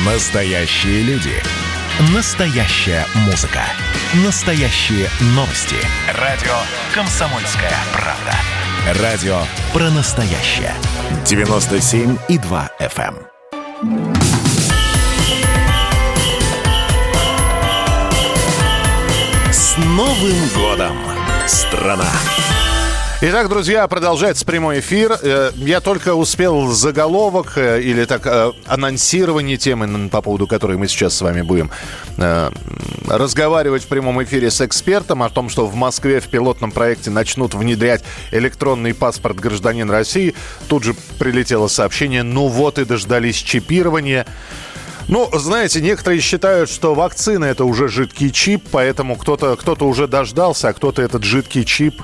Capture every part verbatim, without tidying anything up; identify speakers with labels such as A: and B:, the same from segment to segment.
A: Настоящие люди. Настоящая музыка. Настоящие новости. Радио «Комсомольская правда». Радио про настоящее. девяносто семь и два эф эм. С Новым годом, страна!
B: Итак, друзья, продолжается прямой эфир. Я только успел заголовок или так анонсирование темы, по поводу которой мы сейчас с вами будем разговаривать в прямом эфире с экспертом о том, что в Москве в пилотном проекте начнут внедрять электронный паспорт гражданина России. Тут же прилетело сообщение: ну вот и дождались чипирования. Ну, знаете, некоторые считают, что вакцина – это уже жидкий чип, поэтому кто-то, кто-то уже дождался, а кто-то этот жидкий чип,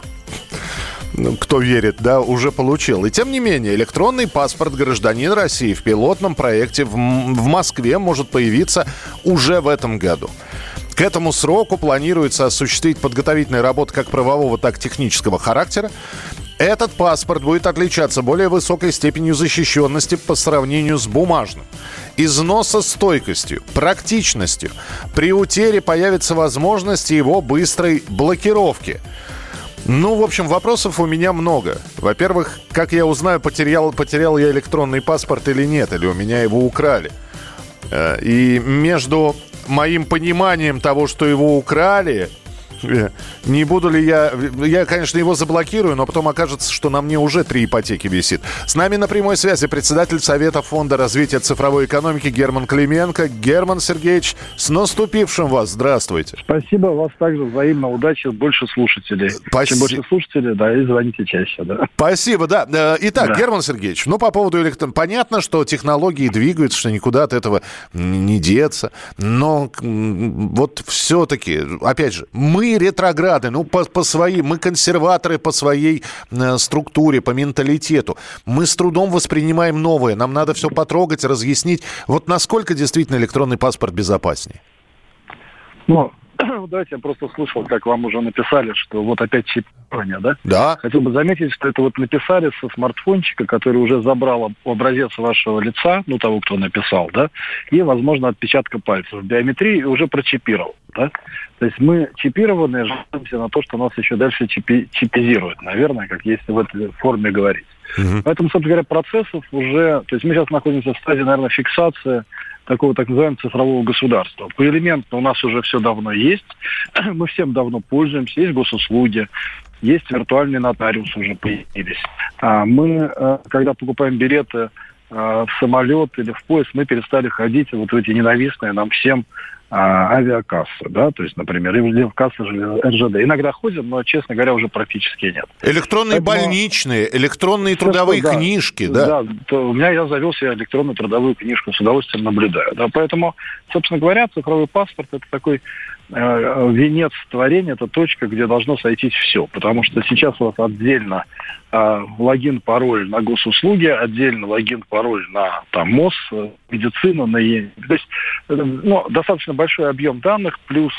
B: кто верит, да, уже получил. И тем не менее, электронный паспорт гражданина России в пилотном проекте в, в Москве может появиться уже в этом году. К этому сроку планируется осуществить подготовительные работы как правового, так и технического характера. Этот паспорт будет отличаться более высокой степенью защищенности по сравнению с бумажным, износостойкостью, практичностью. При утере появится возможность его быстрой блокировки. Ну, в общем, вопросов у меня много. Во-первых, как я узнаю, потерял, потерял я электронный паспорт или нет, или у меня его украли. И между моим пониманием того, что его украли, не буду ли я... Я, конечно, его заблокирую, но потом окажется, что на мне уже три ипотеки висит. С нами на прямой связи председатель Совета фонда развития цифровой экономики Герман Клименко. Герман Сергеевич, с наступившим вас. Здравствуйте.
C: Спасибо, вас также взаимно. Удачи, больше слушателей.
B: Спасибо.
C: Чем больше слушателей, да, и звоните чаще, да.
B: Спасибо, да. Итак, да. Герман Сергеевич, ну, по поводу электронного... Понятно, что технологии двигаются, что никуда от этого не деться. Но вот все-таки, опять же, мы ретрограды, ну, по, по своей, мы консерваторы по своей э, структуре, по менталитету. Мы с трудом воспринимаем новое. Нам надо все потрогать, разъяснить. Вот насколько действительно электронный паспорт безопаснее?
C: Ну, давайте, я просто слышал, как вам уже написали, что вот опять чипирование, да?
B: Да.
C: Хотел бы заметить, что это вот написали со смартфончика, который уже забрал образец вашего лица, ну, того, кто написал, да, и, возможно, отпечатка пальцев. Биометрии уже прочипировал, да? То есть мы чипированные, жалуемся на то, что нас еще дальше чипи- чипизируют, наверное, как если в этой форме говорить. Угу. Поэтому, собственно говоря, процессов уже... То есть мы сейчас находимся в стадии, наверное, фиксации такого так называемого цифрового государства. Поэлементно у нас уже все давно есть, мы всем давно пользуемся, есть госуслуги, есть виртуальные нотариусы уже появились. Мы, когда покупаем билеты в самолет или в поезд, мы перестали ходить вот в эти ненавистные нам всем а, авиакассы, да, то есть, например, и в кассы эр жэ дэ. Иногда ходим, но, честно говоря, уже практически нет.
B: Электронные Поэтому... больничные, электронные все, трудовые что, книжки, да?
C: Да, то у меня я завел себе электронную трудовую книжку, с удовольствием наблюдаю. Да, поэтому, собственно говоря, цифровой паспорт – это такой э, венец творения, это точка, где должно сойтись все. Потому что сейчас у вас отдельно э, логин, пароль на госуслуги, отдельно логин, пароль на там, МОЗ, медицину, на е... То есть, э, ну, достаточно большой объем данных, плюс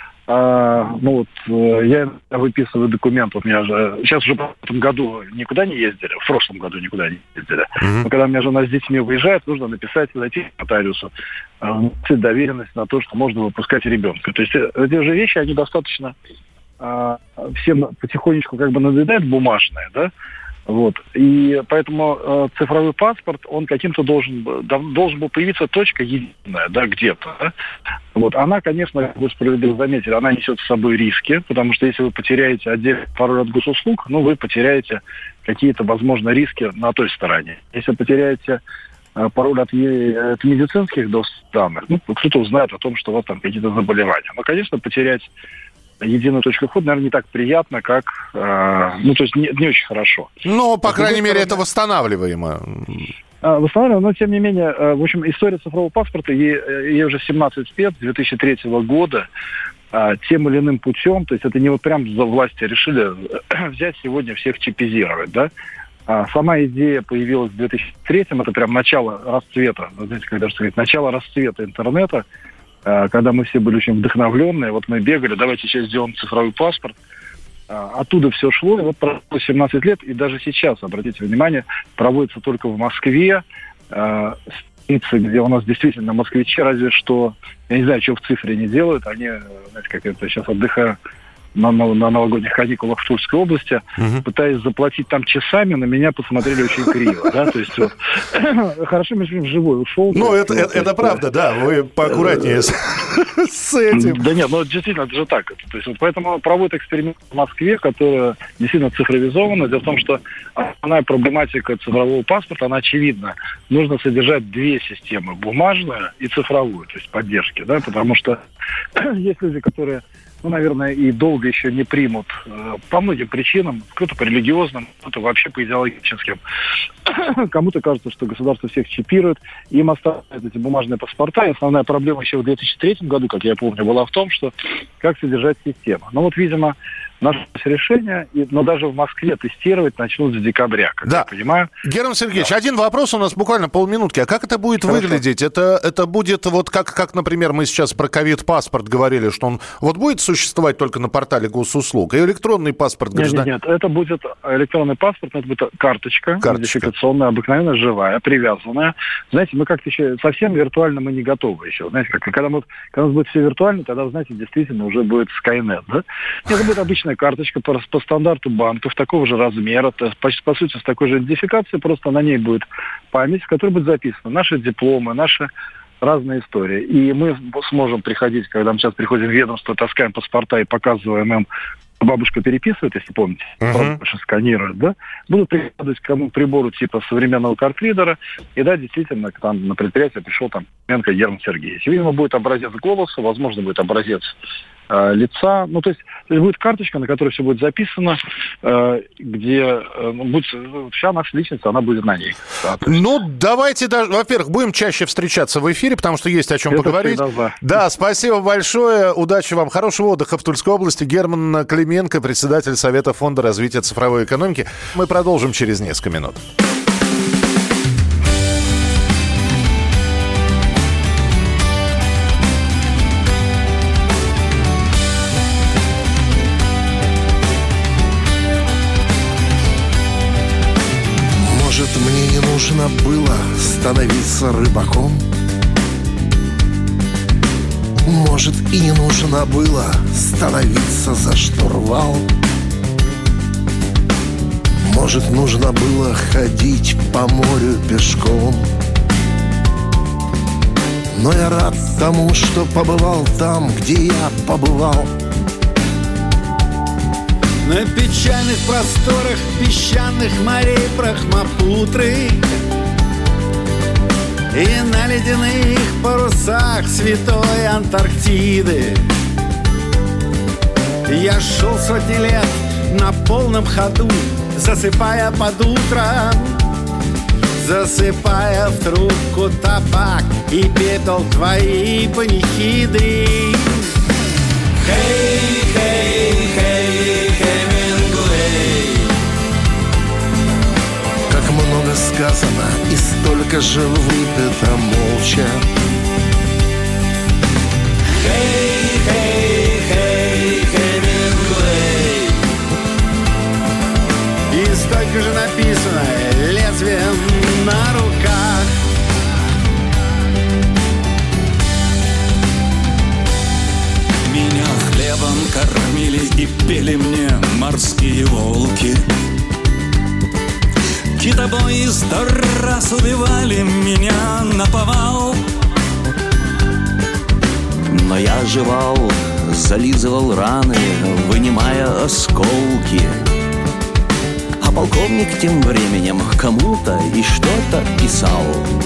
C: а, ну вот я выписываю документ, вот меня же сейчас уже в этом году никуда не ездили, в прошлом году никуда не ездили. Mm-hmm. Но когда у меня жена с детьми выезжает, нужно написать, зайти к нотариусу, написать доверенность на то, что можно выпускать ребенка. То есть эти же вещи, они достаточно а, всем потихонечку как бы надоедают бумажные, да? Вот. И поэтому э, цифровой паспорт, он каким-то должен, должен был появиться точка единая, да, где-то. Да? Вот. Она, конечно, как вы справедливо заметили, она несет с собой риски, потому что если вы потеряете отдельный пароль от госуслуг, ну, вы потеряете какие-то, возможно, риски на той стороне. Если потеряете э, пароль от, от медицинских данных, ну, кто-то узнает о том, что у вас там какие-то заболевания. Но, конечно, потерять единую точку входа, наверное, не так приятно, как... Э, ну, то есть не, не очень хорошо.
B: Ну, по крайней мере, это восстанавливаемо.
C: Восстанавливаемо, но, тем не менее, в общем, история цифрового паспорта, ей, ей уже семнадцать лет, с две тысячи третьего года, тем или иным путем, то есть это не вот прям за власти решили взять сегодня всех чипизировать, да. Сама идея появилась в две тысячи третьем, это прям начало расцвета, знаете, как даже сказать, начало расцвета интернета, когда мы все были очень вдохновленные, вот мы бегали, давайте сейчас сделаем цифровой паспорт. Оттуда все шло, и вот прошло семнадцать лет, и даже сейчас, обратите внимание, проводится только в Москве больницы, где у нас действительно москвичи, разве что, я не знаю, что в цифре не делают, они, знаете, как это, сейчас отдыхаю на, на, на новогодних каникулах в Тульской области, uh-huh. пытаясь заплатить там часами, на меня посмотрели очень криво, да, то есть вот, хорошо, между вживую ушел.
B: Ну, это, это, это, это правда, да, вы поаккуратнее с, с этим.
C: Да нет, ну, действительно, это же так. То есть, вот поэтому проводят эксперимент в Москве, который действительно цифровизован. Дело в том, что основная проблематика цифрового паспорта, она очевидна. Нужно содержать две системы, бумажную и цифровую, то есть поддержки, да, потому что есть люди, которые, ну, наверное, и долго еще не примут э, по многим причинам, кто-то по религиозным, кто-то вообще по идеологическим. Кому-то кажется, что государство всех чипирует, им оставляют эти бумажные паспорта. И основная проблема еще в две тысячи третьем году, как я помню, была в том, что как содержать систему. Ну вот, видимо, нашлось решение, и, но даже в Москве тестировать начнут с декабря, как
B: да.
C: я понимаю.
B: Герман Сергеевич, да. один вопрос у нас буквально полминутки. А как это будет
C: Хорошо.
B: выглядеть? Это, это будет вот как, как, например, мы сейчас про ковид-паспорт говорили, что он вот будет существовать только на портале госуслуг, и электронный паспорт гражданина?
C: Нет, нет, нет, это будет электронный паспорт, это будет карточка,
B: карточка.
C: идентификационная, обыкновенная, живая, привязанная. Знаете, мы как-то еще совсем виртуально мы не готовы еще. Знаете, как, когда, мы, когда у нас будет все виртуально, тогда, знаете, действительно уже будет Skynet, да? Это будет обычная карточка по, по стандарту банков, такого же размера, то, по, по сути, с такой же идентификацией, просто на ней будет память, в которой будет записано наши дипломы, наши разные истории. И мы сможем приходить, когда мы сейчас приходим в ведомство, таскаем паспорта и показываем им, бабушка переписывает, если помните, uh-huh. больше сканирует, да, будут прикладывать к кому прибору типа современного картридера, и да, действительно, там на предприятие пришел там Менко Герман Сергеевич. Видимо, будет образец голоса, возможно, будет образец э, лица, ну, то есть, то есть будет карточка, на которой все будет записано, э, где э, будет вся наша личность, она будет на ней. Да, есть...
B: Ну, давайте, даже, во-первых, будем чаще встречаться в эфире, потому что есть о чем
C: Это
B: поговорить.
C: да.
B: да, спасибо большое, удачи вам, хорошего отдыха в Тульской области. Герман Клименко, председатель Совета фонда развития цифровой экономики. Мы продолжим через несколько минут.
D: Может, мне не нужно было становиться рыбаком? Может, и не нужно было становиться за штурвал? Может, нужно было ходить по морю пешком? Но я рад тому, что побывал там, где я побывал.
E: На печальных просторах песчаных морей Брахмапутры и на ледяных парусах святой Антарктиды. Я шел сотни лет на полном ходу, засыпая под утро, засыпая в трубку табак и пепел твоей панихиды. Хей, хей, хей, Хемингуэй.
D: Как много сказано и столько же выпито молча.
E: Хей, хей, хей, Хемингуэй. И столько же написано лезвием на руках. Меня хлебом кормили и пели мне морские волки. Китобои сто раз убивали меня наповал.
F: Но я жевал, зализывал раны, вынимая осколки. А полковник тем временем кому-то и что-то писал.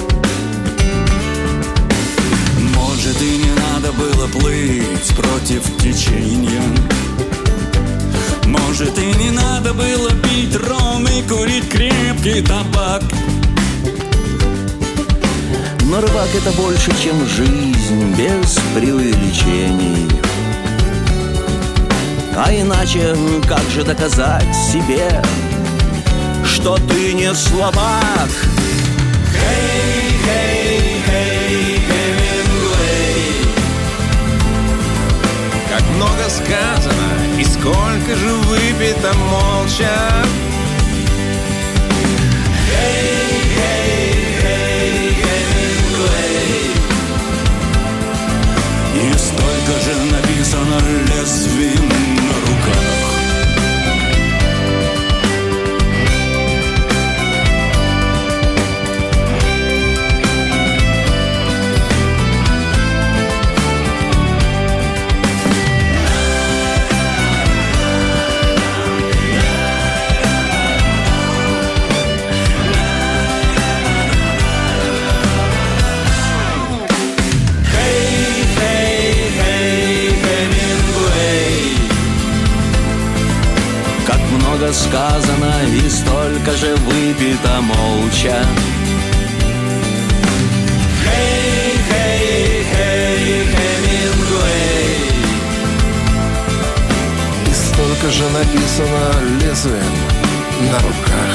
E: Может, и не надо было плыть против течения. Может, и не надо было пить ром и курить крепкий табак.
F: Но рыбак — это больше, чем жизнь, без преувеличений. А иначе как же доказать себе, что ты не слабак?
E: Хей, хей, хей, Хемингуэй.
G: Как много сказано и сколько же выпито молча.
E: Хей, хей, хей, Хемингуэй.
F: сказано и столько же выпито молча. Хей, хей, хей, Хемингуэй.
D: И столько же написано лезвием на руках.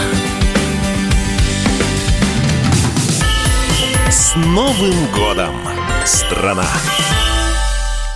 A: С Новым годом, страна!